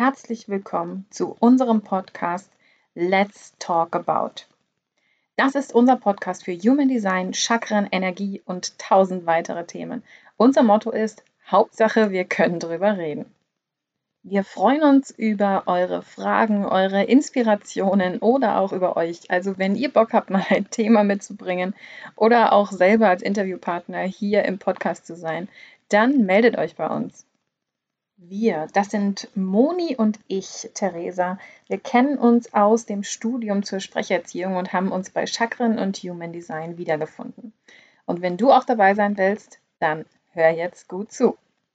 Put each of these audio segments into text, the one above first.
herzlich willkommen zu unserem Podcast Let's Talk About. Das ist unser Podcast für Human Design, Chakren, Energie und 1000 weitere Themen. Unser Motto ist: Hauptsache, wir können drüber reden. Wir freuen uns über eure Fragen, eure Inspirationen oder auch über euch. Also wenn ihr Bock habt, mal ein Thema mitzubringen oder auch selber als Interviewpartner hier im Podcast zu sein, dann meldet euch bei uns. Wir, das sind Moni und ich, Theresa. Wir kennen uns aus dem Studium zur Sprecherziehung und haben uns bei Chakren und Human Design wiedergefunden. Und wenn du auch dabei sein willst, dann hör jetzt gut zu.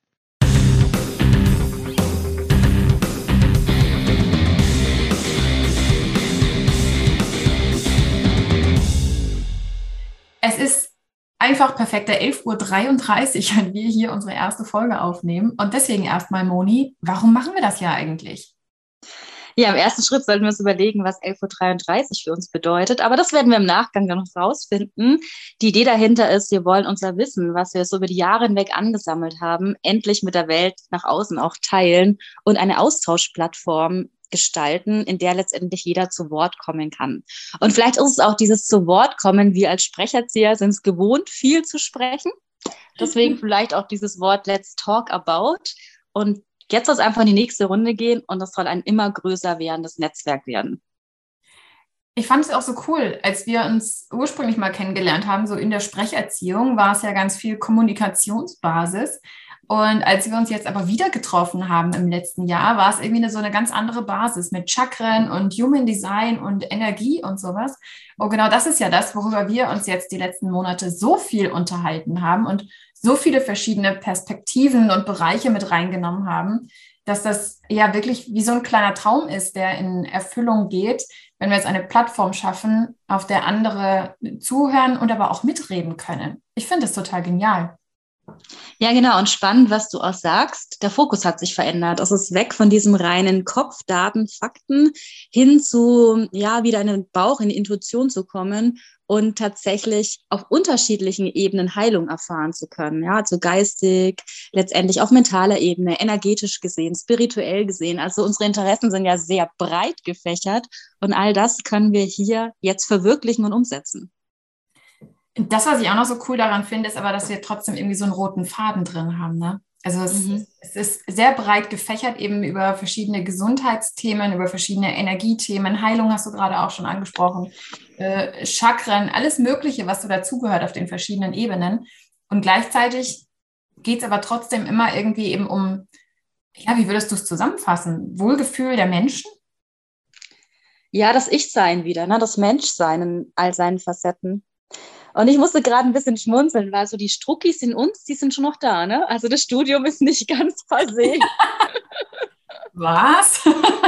Es ist einfach perfekt, der 11:33 Uhr, wenn wir hier unsere erste Folge aufnehmen. Und deswegen erstmal, Moni, warum machen wir das ja eigentlich? Ja, im ersten Schritt sollten wir uns überlegen, was 11:33 Uhr für uns bedeutet. Aber das werden wir im Nachgang dann noch rausfinden. Die Idee dahinter ist, wir wollen unser Wissen, was wir so über die Jahre hinweg angesammelt haben, endlich mit der Welt nach außen auch teilen und eine Austauschplattform gestalten, in der letztendlich jeder zu Wort kommen kann. Und vielleicht ist es auch dieses zu Wort kommen. Wir als Sprecherzieher sind es gewohnt, viel zu sprechen. Deswegen vielleicht auch dieses Wort Let's Talk About. Und jetzt soll es einfach in die nächste Runde gehen und das soll ein immer größer werdendes Netzwerk werden. Ich fand es auch so cool, als wir uns ursprünglich mal kennengelernt haben, so in der Sprecherziehung war es ja ganz viel Kommunikationsbasis. Und als wir uns jetzt aber wieder getroffen haben im letzten Jahr, war es irgendwie so eine ganz andere Basis mit Chakren und Human Design und Energie und sowas. Und genau das ist ja das, worüber wir uns jetzt die letzten Monate so viel unterhalten haben und so viele verschiedene Perspektiven und Bereiche mit reingenommen haben, dass das ja wirklich wie so ein kleiner Traum ist, der in Erfüllung geht, wenn wir jetzt eine Plattform schaffen, auf der andere zuhören und aber auch mitreden können. Ich finde das total genial. Ja, genau. Und spannend, was du auch sagst. Der Fokus hat sich verändert. Es ist weg von diesem reinen Kopf, Daten, Fakten hin zu, ja, wieder in den Bauch, in die Intuition zu kommen und tatsächlich auf unterschiedlichen Ebenen Heilung erfahren zu können. Ja, also geistig, letztendlich auf mentaler Ebene, energetisch gesehen, spirituell gesehen. Also unsere Interessen sind ja sehr breit gefächert und all das können wir hier jetzt verwirklichen und umsetzen. Das, was ich auch noch so cool daran finde, ist aber, dass wir trotzdem irgendwie so einen roten Faden drin haben, ne? Also es ist sehr breit gefächert, eben über verschiedene Gesundheitsthemen, über verschiedene Energiethemen. Heilung hast du gerade auch schon angesprochen. Chakren, alles Mögliche, was so dazugehört auf den verschiedenen Ebenen. Und gleichzeitig geht es aber trotzdem immer irgendwie eben um, ja, wie würdest du es zusammenfassen? Wohlgefühl der Menschen? Ja, das Ich-Sein wieder, ne? Das Menschsein in all seinen Facetten. Und ich musste gerade ein bisschen schmunzeln, weil so die Struckis in uns, die sind schon noch da, ne? Also das Studium ist nicht ganz passé. Was?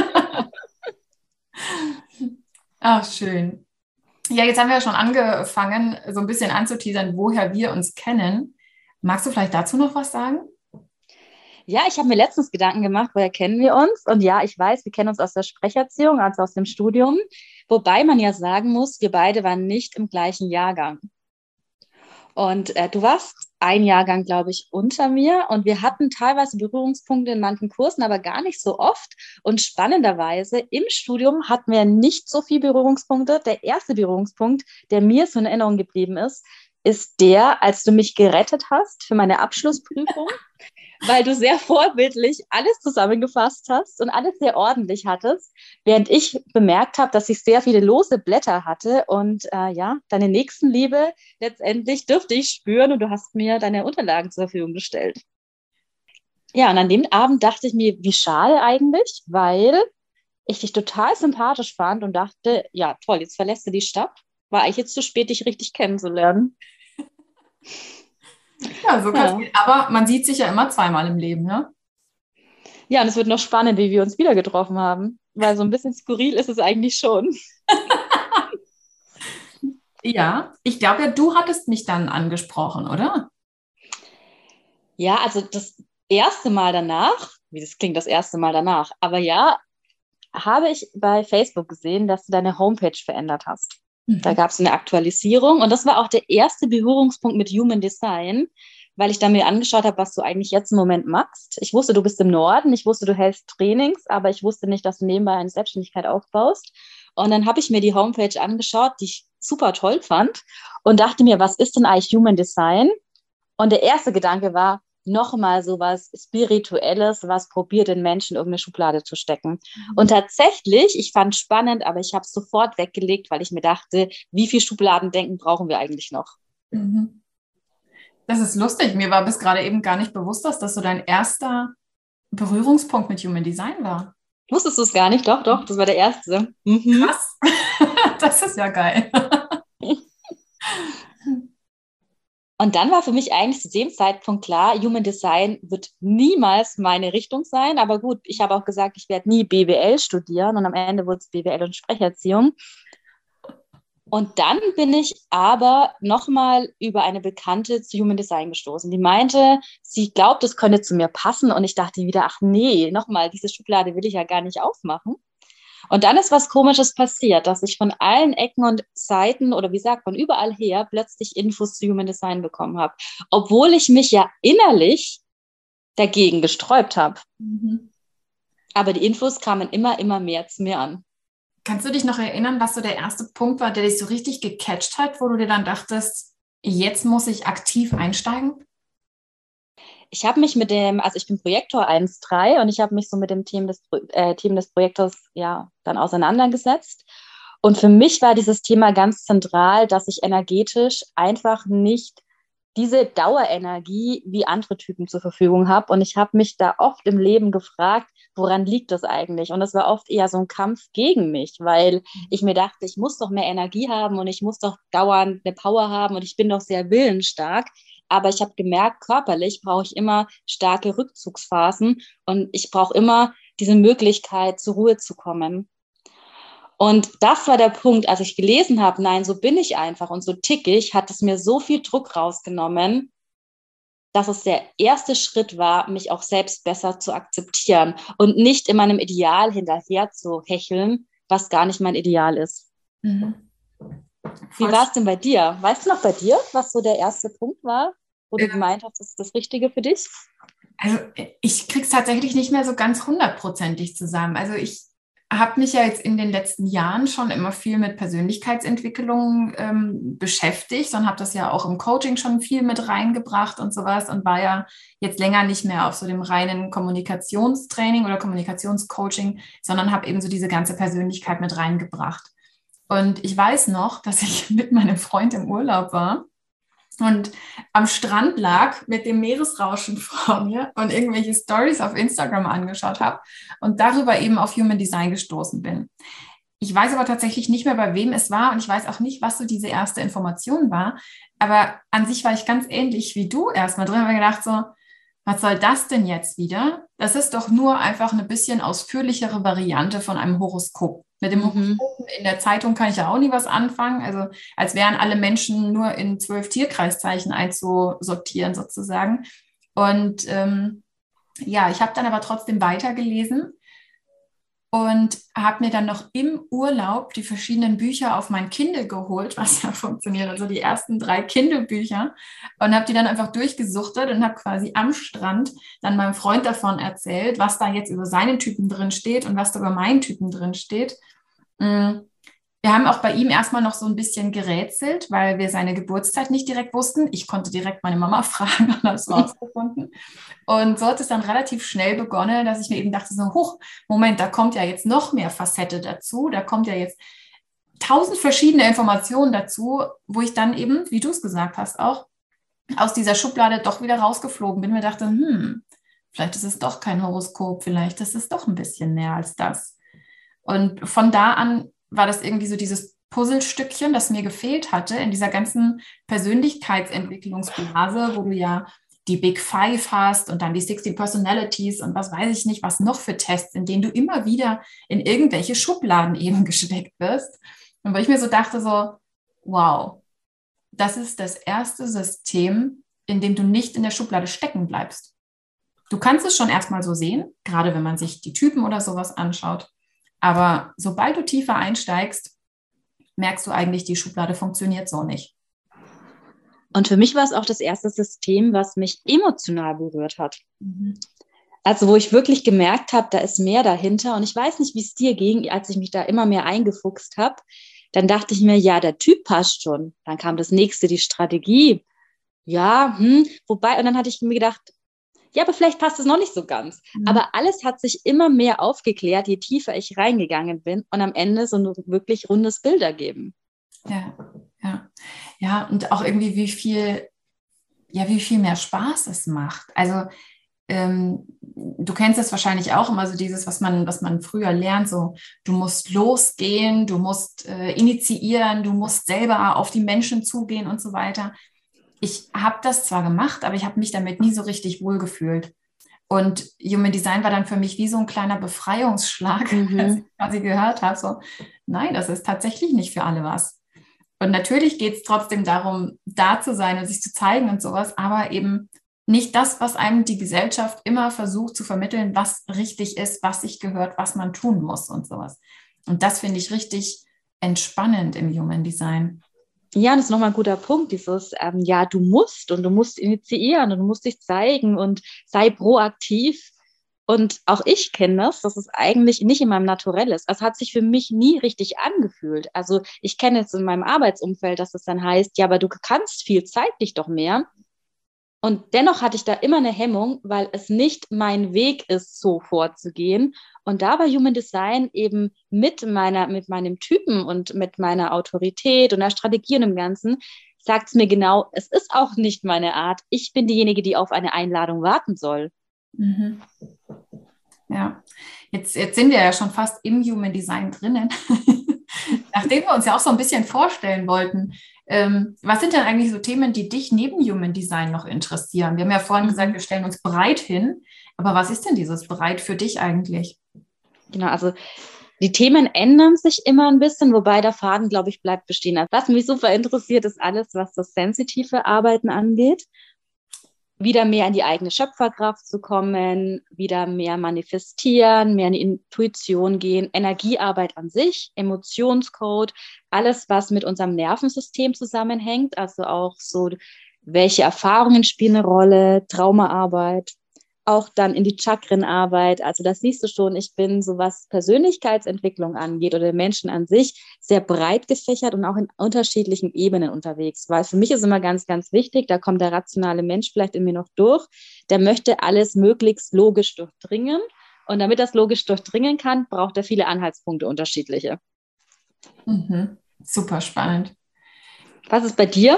Ach, schön. Ja, jetzt haben wir ja schon angefangen, so ein bisschen anzuteasern, woher wir uns kennen. Magst du vielleicht dazu noch was sagen? Ja, ich habe mir letztens Gedanken gemacht, woher kennen wir uns? Und ja, ich weiß, wir kennen uns aus der Sprecherziehung, also aus dem Studium. Wobei man ja sagen muss, wir beide waren nicht im gleichen Jahrgang. Und du warst ein Jahrgang, glaube ich, unter mir. Und wir hatten teilweise Berührungspunkte in manchen Kursen, aber gar nicht so oft. Und spannenderweise, im Studium hatten wir nicht so viele Berührungspunkte. Der erste Berührungspunkt, der mir so in Erinnerung geblieben ist der, als du mich gerettet hast für meine Abschlussprüfung, weil du sehr vorbildlich alles zusammengefasst hast und alles sehr ordentlich hattest, während ich bemerkt habe, dass ich sehr viele lose Blätter hatte und ja, deine Nächstenliebe letztendlich dürfte ich spüren und du hast mir deine Unterlagen zur Verfügung gestellt. Ja, und an dem Abend dachte ich mir, wie schade eigentlich, weil ich dich total sympathisch fand und dachte, ja, toll, jetzt verlässt du die Stadt. War eigentlich jetzt zu spät, dich richtig kennenzulernen. Ja, so kann es Ja. gehen. Aber man sieht sich ja immer zweimal im Leben, ne? Ja, und es wird noch spannend, wie wir uns wieder getroffen haben, weil so ein bisschen skurril ist es eigentlich schon. Ja, ich glaube ja, du hattest mich dann angesprochen, oder? Ja, also das erste Mal danach, wie das klingt, das erste Mal danach, aber ja, habe ich bei Facebook gesehen, dass du deine Homepage verändert hast. Da gab es eine Aktualisierung und das war auch der erste Berührungspunkt mit Human Design, weil ich dann mir angeschaut habe, was du eigentlich jetzt im Moment machst. Ich wusste, du bist im Norden, ich wusste, du hältst Trainings, aber ich wusste nicht, dass du nebenbei eine Selbstständigkeit aufbaust. Und dann habe ich mir die Homepage angeschaut, die ich super toll fand und dachte mir, was ist denn eigentlich Human Design? Und der erste Gedanke war, nochmal so was Spirituelles, was probiert, den Menschen in irgendeine Schublade zu stecken. Und tatsächlich, ich fand es spannend, aber ich habe es sofort weggelegt, weil ich mir dachte, wie viel Schubladendenken brauchen wir eigentlich noch? Mhm. Das ist lustig. Mir war bis gerade eben gar nicht bewusst, dass das so dein erster Berührungspunkt mit Human Design war. Wusstest du es gar nicht? Doch, doch, das war der erste. Mhm. Krass. Das ist ja geil. Und dann war für mich eigentlich zu dem Zeitpunkt klar, Human Design wird niemals meine Richtung sein. Aber gut, ich habe auch gesagt, ich werde nie BWL studieren und am Ende wurde es BWL und Sprecherziehung. Und dann bin ich aber nochmal über eine Bekannte zu Human Design gestoßen. Die meinte, sie glaubt, es könnte zu mir passen. Und ich dachte wieder, ach nee, nochmal, diese Schublade will ich ja gar nicht aufmachen. Und dann ist was Komisches passiert, dass ich von allen Ecken und Seiten oder wie sagt man, überall her plötzlich Infos zu Human Design bekommen habe. Obwohl ich mich ja innerlich dagegen gesträubt habe. Mhm. Aber die Infos kamen immer mehr zu mir an. Kannst du dich noch erinnern, was so der erste Punkt war, der dich so richtig gecatcht hat, wo du dir dann dachtest, jetzt muss ich aktiv einsteigen? Ich habe mich also ich bin Projektor 1.3 und ich habe mich so mit dem Team des Projektors ja dann auseinandergesetzt. Und für mich war dieses Thema ganz zentral, dass ich energetisch einfach nicht diese Dauerenergie wie andere Typen zur Verfügung habe. Und ich habe mich da oft im Leben gefragt, woran liegt das eigentlich? Und das war oft eher so ein Kampf gegen mich, weil ich mir dachte, ich muss doch mehr Energie haben und ich muss doch dauernd eine Power haben und ich bin doch sehr willensstark. Aber ich habe gemerkt, körperlich brauche ich immer starke Rückzugsphasen und ich brauche immer diese Möglichkeit, zur Ruhe zu kommen. Und das war der Punkt, als ich gelesen habe, nein, so bin ich einfach und so ticke ich, hat es mir so viel Druck rausgenommen, dass es der erste Schritt war, mich auch selbst besser zu akzeptieren und nicht in meinem Ideal hinterher zu hecheln, was gar nicht mein Ideal ist. Mhm. Wie war es denn bei dir? Weißt du noch bei dir, was so der erste Punkt war, wo du gemeint hast, das ist das Richtige für dich? Also ich kriege es tatsächlich nicht mehr so ganz hundertprozentig zusammen. Also ich habe mich ja jetzt in den letzten Jahren schon immer viel mit Persönlichkeitsentwicklung beschäftigt und habe das ja auch im Coaching schon viel mit reingebracht und sowas und war ja jetzt länger nicht mehr auf so dem reinen Kommunikationstraining oder Kommunikationscoaching, sondern habe eben so diese ganze Persönlichkeit mit reingebracht. Und ich weiß noch, dass ich mit meinem Freund im Urlaub war und am Strand lag mit dem Meeresrauschen vor mir und irgendwelche Stories auf Instagram angeschaut habe und darüber eben auf Human Design gestoßen bin. Ich weiß aber tatsächlich nicht mehr, bei wem es war und ich weiß auch nicht, was so diese erste Information war. Aber an sich war ich ganz ähnlich wie du erstmal drin und habe mir gedacht so, was soll das denn jetzt wieder? Das ist doch nur einfach eine bisschen ausführlichere Variante von einem Horoskop. Mit dem Horoskop in der Zeitung kann ich ja auch nie was anfangen. Also als wären alle Menschen nur in 12 Tierkreiszeichen einzusortieren sozusagen. Und ja, ich habe dann aber trotzdem weitergelesen und habe mir dann noch im Urlaub die verschiedenen Bücher auf mein Kindle geholt, was ja funktioniert, also die ersten 3 Kindle-Bücher und habe die dann einfach durchgesuchtet und habe quasi am Strand dann meinem Freund davon erzählt, was da jetzt über seinen Typen drin steht und was da über meinen Typen drin steht. Wir haben auch bei ihm erstmal noch so ein bisschen gerätselt, weil wir seine Geburtszeit nicht direkt wussten. Ich konnte direkt meine Mama fragen und habe es rausgefunden. Und so hat es dann relativ schnell begonnen, dass ich mir eben dachte, so, huch, Moment, da kommt ja jetzt noch mehr Facette dazu. Da kommt ja jetzt 1000 verschiedene Informationen dazu, wo ich dann eben, wie du es gesagt hast, auch aus dieser Schublade doch wieder rausgeflogen bin. Mir dachte, vielleicht ist es doch kein Horoskop, vielleicht ist es doch ein bisschen mehr als das. Und von da an war das irgendwie so dieses Puzzlestückchen, das mir gefehlt hatte in dieser ganzen Persönlichkeitsentwicklungsblase, wo du ja die Big Five hast und dann die 16 Personalities und was weiß ich nicht, was noch für Tests, in denen du immer wieder in irgendwelche Schubladen eben gesteckt wirst. Und wo ich mir so dachte, so, wow, das ist das erste System, in dem du nicht in der Schublade stecken bleibst. Du kannst es schon erstmal so sehen, gerade wenn man sich die Typen oder sowas anschaut. Aber sobald du tiefer einsteigst, merkst du eigentlich, die Schublade funktioniert so nicht. Und für mich war es auch das erste System, was mich emotional berührt hat. Also wo ich wirklich gemerkt habe, da ist mehr dahinter. Und ich weiß nicht, wie es dir ging, als ich mich da immer mehr eingefuchst habe. Dann dachte ich mir, ja, der Typ passt schon. Dann kam das nächste, die Strategie. Ja, wobei, und dann hatte ich mir gedacht, ja, aber vielleicht passt es noch nicht so ganz. Aber alles hat sich immer mehr aufgeklärt, je tiefer ich reingegangen bin und am Ende so ein wirklich rundes Bild ergeben. Ja, und auch irgendwie, wie viel mehr Spaß es macht. Also du kennst das wahrscheinlich auch immer, so dieses, was man früher lernt, so du musst losgehen, du musst initiieren, du musst selber auf die Menschen zugehen und so weiter. Ich habe das zwar gemacht, aber ich habe mich damit nie so richtig wohlgefühlt. Und Human Design war dann für mich wie so ein kleiner Befreiungsschlag, als ich quasi gehört habe, so nein, das ist tatsächlich nicht für alle was. Und natürlich geht es trotzdem darum, da zu sein und sich zu zeigen und sowas, aber eben nicht das, was einem die Gesellschaft immer versucht zu vermitteln, was richtig ist, was sich gehört, was man tun muss und sowas. Und das finde ich richtig entspannend im Human Design. Ja, das ist nochmal ein guter Punkt, dieses, ja, du musst initiieren und du musst dich zeigen und sei proaktiv. Und auch ich kenne das, dass es eigentlich nicht in meinem Naturell ist. Es hat sich für mich nie richtig angefühlt. Also ich kenne es in meinem Arbeitsumfeld, dass es dann heißt, ja, aber du kannst viel, zeig dich doch mehr. Und dennoch hatte ich da immer eine Hemmung, weil es nicht mein Weg ist, so vorzugehen. Und da war Human Design eben mit meinem Typen und mit meiner Autorität und der Strategie und dem Ganzen, sagt es mir genau, es ist auch nicht meine Art. Ich bin diejenige, die auf eine Einladung warten soll. Ja, jetzt sind wir ja schon fast im Human Design drinnen. Nachdem wir uns ja auch so ein bisschen vorstellen wollten, was sind denn eigentlich so Themen, die dich neben Human Design noch interessieren? Wir haben ja vorhin gesagt, wir stellen uns breit hin, aber was ist denn dieses breit für dich eigentlich? Genau, also die Themen ändern sich immer ein bisschen, wobei der Faden, glaube ich, bleibt bestehen. Was mich super interessiert, ist alles, was das sensitive Arbeiten angeht. Wieder mehr in die eigene Schöpferkraft zu kommen, wieder mehr manifestieren, mehr in die Intuition gehen, Energiearbeit an sich, Emotionscode, alles, was mit unserem Nervensystem zusammenhängt, also auch so, welche Erfahrungen spielen eine Rolle, Traumaarbeit, auch dann in die Chakrenarbeit. Also das siehst du schon, ich bin, so was Persönlichkeitsentwicklung angeht oder Menschen an sich, sehr breit gefächert und auch in unterschiedlichen Ebenen unterwegs. Weil für mich ist immer ganz, ganz wichtig, da kommt der rationale Mensch vielleicht in mir noch durch, der möchte alles möglichst logisch durchdringen. Und damit das logisch durchdringen kann, braucht er viele Anhaltspunkte, unterschiedliche. Super spannend. Was ist bei dir?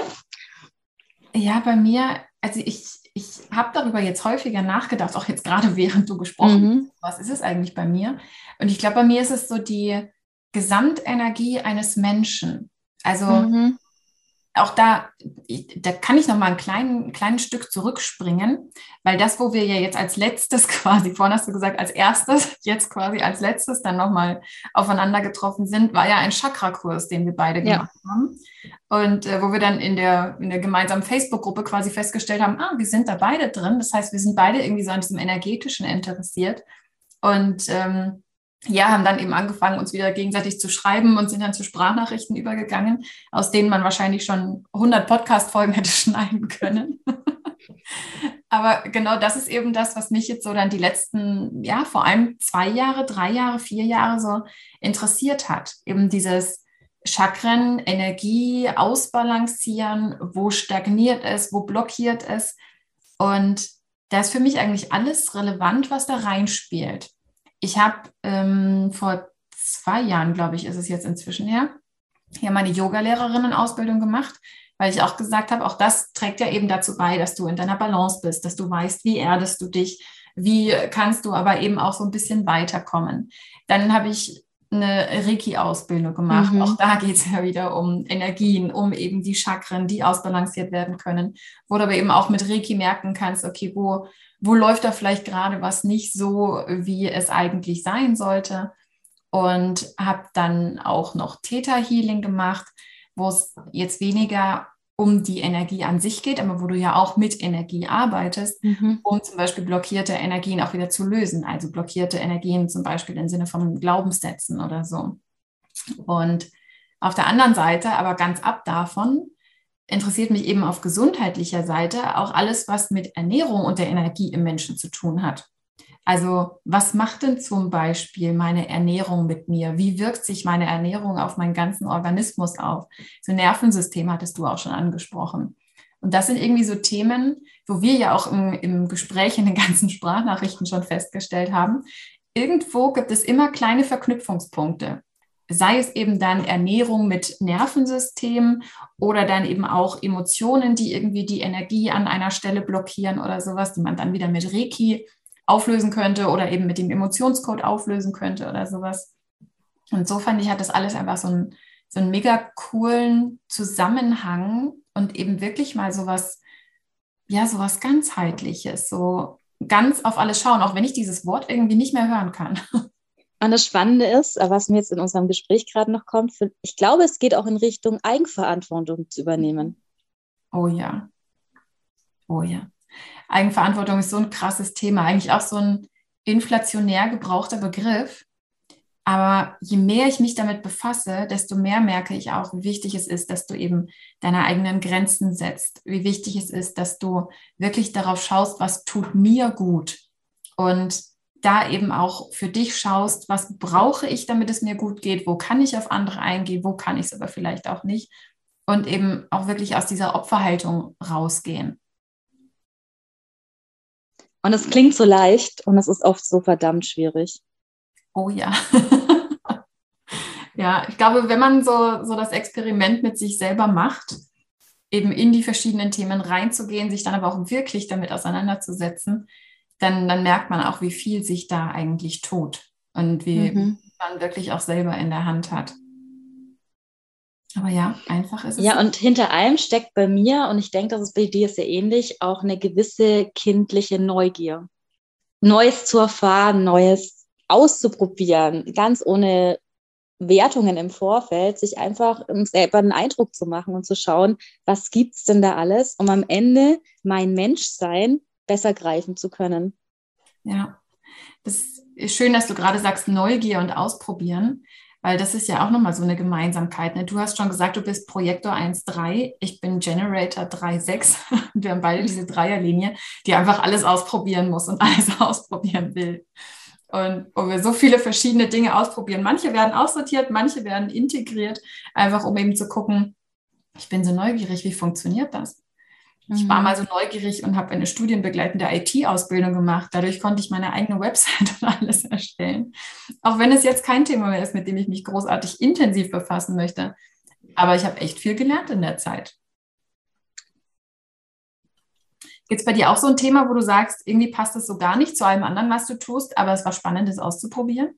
Ja, bei mir, also ich habe darüber jetzt häufiger nachgedacht, auch jetzt gerade während du gesprochen hast, was ist es eigentlich bei mir? Und ich glaube, bei mir ist es so die Gesamtenergie eines Menschen. Also auch da kann ich noch mal ein kleines Stück zurückspringen, weil das, wo wir ja jetzt als letztes quasi, vorhin hast du gesagt, als erstes, jetzt quasi als letztes dann nochmal aufeinander getroffen sind, war ja ein Chakra-Kurs, den wir beide gemacht haben. Und wo wir dann in der gemeinsamen Facebook-Gruppe quasi festgestellt haben, wir sind da beide drin. Das heißt, wir sind beide irgendwie so an diesem Energetischen interessiert. Und haben dann eben angefangen, uns wieder gegenseitig zu schreiben und sind dann zu Sprachnachrichten übergegangen, aus denen man wahrscheinlich schon 100 Podcast-Folgen hätte schneiden können. Aber genau das ist eben das, was mich jetzt so dann die letzten, vor allem 2 Jahre, 3 Jahre, 4 Jahre so interessiert hat. Eben dieses Chakren, Energie, ausbalancieren, wo stagniert es, wo blockiert es. Und da ist für mich eigentlich alles relevant, was da reinspielt. Ich habe vor 2 Jahren, glaube ich, ist es jetzt inzwischen her, meine Yoga-Lehrerinnen-Ausbildung gemacht, weil ich auch gesagt habe, auch das trägt ja eben dazu bei, dass du in deiner Balance bist, dass du weißt, wie erdest du dich, wie kannst du aber eben auch so ein bisschen weiterkommen. Dann habe ich eine Reiki-Ausbildung gemacht. Auch da geht es ja wieder um Energien, um eben die Chakren, die ausbalanciert werden können, wo du aber eben auch mit Reiki merken kannst, okay, wo läuft da vielleicht gerade was nicht so, wie es eigentlich sein sollte. Und habe dann auch noch Theta Healing gemacht, wo es jetzt weniger um die Energie an sich geht, aber wo du ja auch mit Energie arbeitest, um zum Beispiel blockierte Energien auch wieder zu lösen. Also blockierte Energien zum Beispiel im Sinne von Glaubenssätzen oder so. Und auf der anderen Seite, aber ganz ab davon, interessiert mich eben auf gesundheitlicher Seite auch alles, was mit Ernährung und der Energie im Menschen zu tun hat. Also was macht denn zum Beispiel meine Ernährung mit mir? Wie wirkt sich meine Ernährung auf meinen ganzen Organismus auf? So Nervensystem hattest du auch schon angesprochen. Und das sind irgendwie so Themen, wo wir ja auch im Gespräch in den ganzen Sprachnachrichten schon festgestellt haben, irgendwo gibt es immer kleine Verknüpfungspunkte. Sei es eben dann Ernährung mit Nervensystem oder dann eben auch Emotionen, die irgendwie die Energie an einer Stelle blockieren oder sowas, die man dann wieder mit Reiki auflösen könnte oder eben mit dem Emotionscode auflösen könnte oder sowas. Und so fand ich, hat das alles einfach so einen mega coolen Zusammenhang und eben wirklich mal sowas, ja, sowas ganzheitliches, so ganz auf alles schauen, auch wenn ich dieses Wort irgendwie nicht mehr hören kann. Und das Spannende ist, was mir jetzt in unserem Gespräch gerade noch kommt, ich glaube, es geht auch in Richtung Eigenverantwortung zu übernehmen. Oh ja. Oh ja. Eigenverantwortung ist so ein krasses Thema, eigentlich auch so ein inflationär gebrauchter Begriff. Aber je mehr ich mich damit befasse, desto mehr merke ich auch, wie wichtig es ist, dass du eben deine eigenen Grenzen setzt. Wie wichtig es ist, dass du wirklich darauf schaust, was tut mir gut. Und da eben auch für dich schaust, was brauche ich, damit es mir gut geht, wo kann ich auf andere eingehen, wo kann ich es aber vielleicht auch nicht. Und eben auch wirklich aus dieser Opferhaltung rausgehen. Und es klingt so leicht und es ist oft so verdammt schwierig. Oh ja. Ja, ich glaube, wenn man so das Experiment mit sich selber macht, eben in die verschiedenen Themen reinzugehen, sich dann aber auch wirklich damit auseinanderzusetzen, dann merkt man auch, wie viel sich da eigentlich tut und wie man wirklich auch selber in der Hand hat. Aber ja, einfach ist es. Ja, und hinter allem steckt bei mir, und ich denke, das ist bei dir sehr ähnlich, auch eine gewisse kindliche Neugier. Neues zu erfahren, Neues auszuprobieren, ganz ohne Wertungen im Vorfeld, sich einfach selber einen Eindruck zu machen und zu schauen, was gibt es denn da alles, um am Ende mein Menschsein besser greifen zu können. Ja, das ist schön, dass du gerade sagst, Neugier und Ausprobieren, weil das ist ja auch nochmal so eine Gemeinsamkeit. Ne? Du hast schon gesagt, du bist Projektor 1.3, ich bin Generator 3.6. Wir haben beide diese Dreierlinie, die einfach alles ausprobieren muss und alles ausprobieren will. Und wo wir so viele verschiedene Dinge ausprobieren. Manche werden aussortiert, manche werden integriert, einfach um eben zu gucken, ich bin so neugierig, wie funktioniert das? Ich war mal so neugierig und habe eine studienbegleitende IT-Ausbildung gemacht. Dadurch konnte ich meine eigene Website und alles erstellen. Auch wenn es jetzt kein Thema mehr ist, mit dem ich mich großartig intensiv befassen möchte. Aber ich habe echt viel gelernt in der Zeit. Gibt es bei dir auch so ein Thema, wo du sagst, irgendwie passt das so gar nicht zu allem anderen, was du tust, aber es war spannend, das auszuprobieren?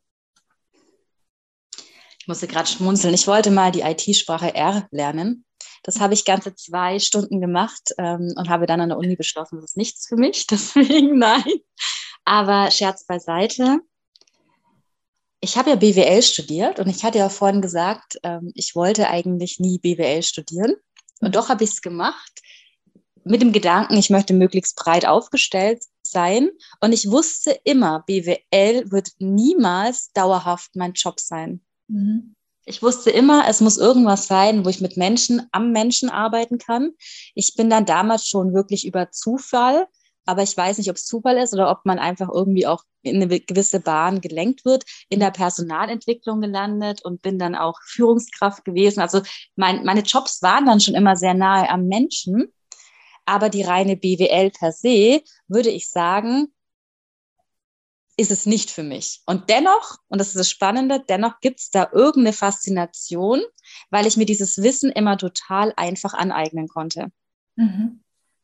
Ich musste gerade schmunzeln. Ich wollte mal die IT-Sprache R lernen. Das habe ich ganze 2 Stunden gemacht und habe dann an der Uni beschlossen, das ist nichts für mich. Deswegen nein. Aber Scherz beiseite. Ich habe ja BWL studiert und ich hatte ja vorhin gesagt, ich wollte eigentlich nie BWL studieren. Und doch habe ich es gemacht mit dem Gedanken, ich möchte möglichst breit aufgestellt sein. Und ich wusste immer, BWL wird niemals dauerhaft mein Job sein. Ich wusste immer, es muss irgendwas sein, wo ich mit Menschen am Menschen arbeiten kann. Ich bin dann damals schon wirklich über Zufall, aber ich weiß nicht, ob es Zufall ist oder ob man einfach irgendwie auch in eine gewisse Bahn gelenkt wird, in der Personalentwicklung gelandet und bin dann auch Führungskraft gewesen. Also meine Jobs waren dann schon immer sehr nahe am Menschen, aber die reine BWL per se, würde ich sagen, ist es nicht für mich. Und dennoch, und das ist das Spannende, dennoch gibt es da irgendeine Faszination, weil ich mir dieses Wissen immer total einfach aneignen konnte. Und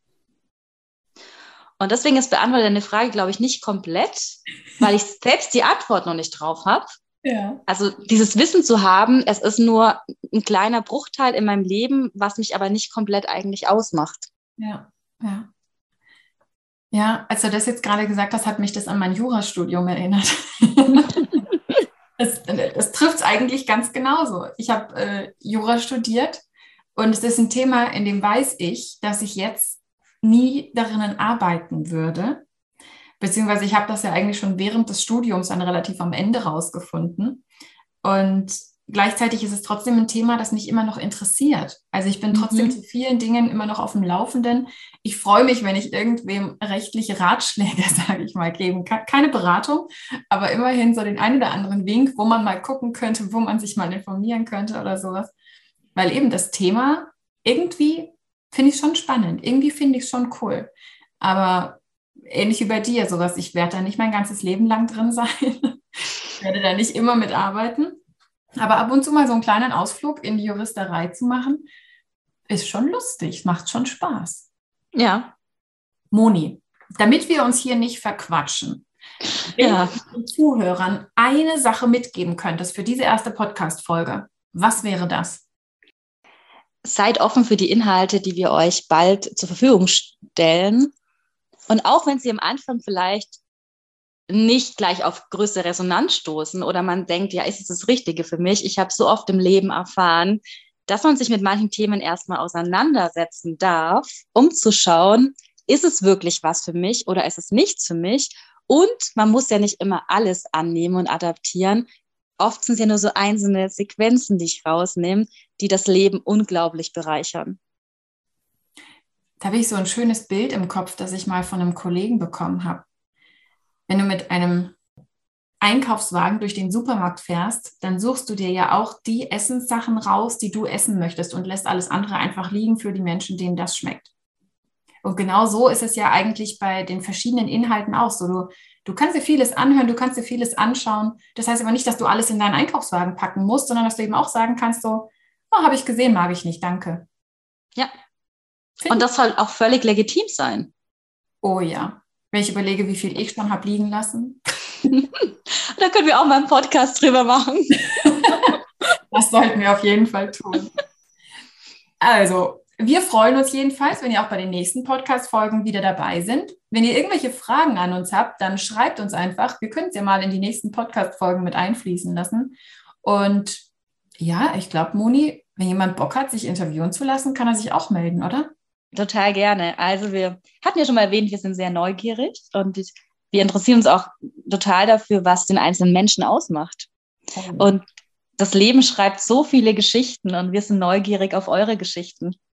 deswegen ist beantwortet deine Frage, glaube ich, nicht komplett, weil ich selbst die Antwort noch nicht drauf habe. Ja. Also dieses Wissen zu haben, es ist nur ein kleiner Bruchteil in meinem Leben, was mich aber nicht komplett eigentlich ausmacht. Ja, ja. Ja, als du das jetzt gerade gesagt hast, hat mich das an mein Jurastudium erinnert. Das trifft es eigentlich ganz genauso. Ich habe Jura studiert und es ist ein Thema, in dem weiß ich, dass ich jetzt nie darin arbeiten würde. Beziehungsweise ich habe das ja eigentlich schon während des Studiums dann relativ am Ende rausgefunden. Und gleichzeitig ist es trotzdem ein Thema, das mich immer noch interessiert. Also ich bin trotzdem zu vielen Dingen immer noch auf dem Laufenden. Ich freue mich, wenn ich irgendwem rechtliche Ratschläge, sage ich mal, geben kann. Keine Beratung, aber immerhin so den einen oder anderen Wink, wo man mal gucken könnte, wo man sich mal informieren könnte oder sowas. Weil eben das Thema irgendwie finde ich schon spannend. Irgendwie finde ich es schon cool. Aber ähnlich wie bei dir, sowas, ich werde da nicht mein ganzes Leben lang drin sein. Ich werde da nicht immer mitarbeiten. Aber ab und zu mal so einen kleinen Ausflug in die Juristerei zu machen, ist schon lustig, macht schon Spaß. Ja. Moni, damit wir uns hier nicht verquatschen, wenn du den Zuhörern eine Sache mitgeben könntest für diese erste Podcast-Folge, was wäre das? Seid offen für die Inhalte, die wir euch bald zur Verfügung stellen. Und auch wenn sie am Anfang vielleicht nicht gleich auf größere Resonanz stoßen oder man denkt, ja, ist es das Richtige für mich? Ich habe so oft im Leben erfahren, dass man sich mit manchen Themen erstmal auseinandersetzen darf, um zu schauen, ist es wirklich was für mich oder ist es nichts für mich? Und man muss ja nicht immer alles annehmen und adaptieren. Oft sind es ja nur so einzelne Sequenzen, die ich rausnehme, die das Leben unglaublich bereichern. Da habe ich so ein schönes Bild im Kopf, das ich mal von einem Kollegen bekommen habe. Wenn du mit einem Einkaufswagen durch den Supermarkt fährst, dann suchst du dir ja auch die Essenssachen raus, die du essen möchtest und lässt alles andere einfach liegen für die Menschen, denen das schmeckt. Und genau so ist es ja eigentlich bei den verschiedenen Inhalten auch so. Du kannst dir vieles anhören, du kannst dir vieles anschauen. Das heißt aber nicht, dass du alles in deinen Einkaufswagen packen musst, sondern dass du eben auch sagen kannst, so, oh, habe ich gesehen, mag ich nicht, danke. Ja. Und das soll auch völlig legitim sein. Oh ja. Wenn ich überlege, wie viel ich schon habe liegen lassen. Da können wir auch mal einen Podcast drüber machen. Das sollten wir auf jeden Fall tun. Also, wir freuen uns jedenfalls, wenn ihr auch bei den nächsten Podcast-Folgen wieder dabei sind. Wenn ihr irgendwelche Fragen an uns habt, dann schreibt uns einfach. Wir können es ja mal in die nächsten Podcast-Folgen mit einfließen lassen. Und ja, ich glaube, Moni, wenn jemand Bock hat, sich interviewen zu lassen, kann er sich auch melden, oder? Total gerne. Also wir hatten ja schon mal erwähnt, wir sind sehr neugierig und wir interessieren uns auch total dafür, was den einzelnen Menschen ausmacht. Und das Leben schreibt so viele Geschichten und wir sind neugierig auf eure Geschichten.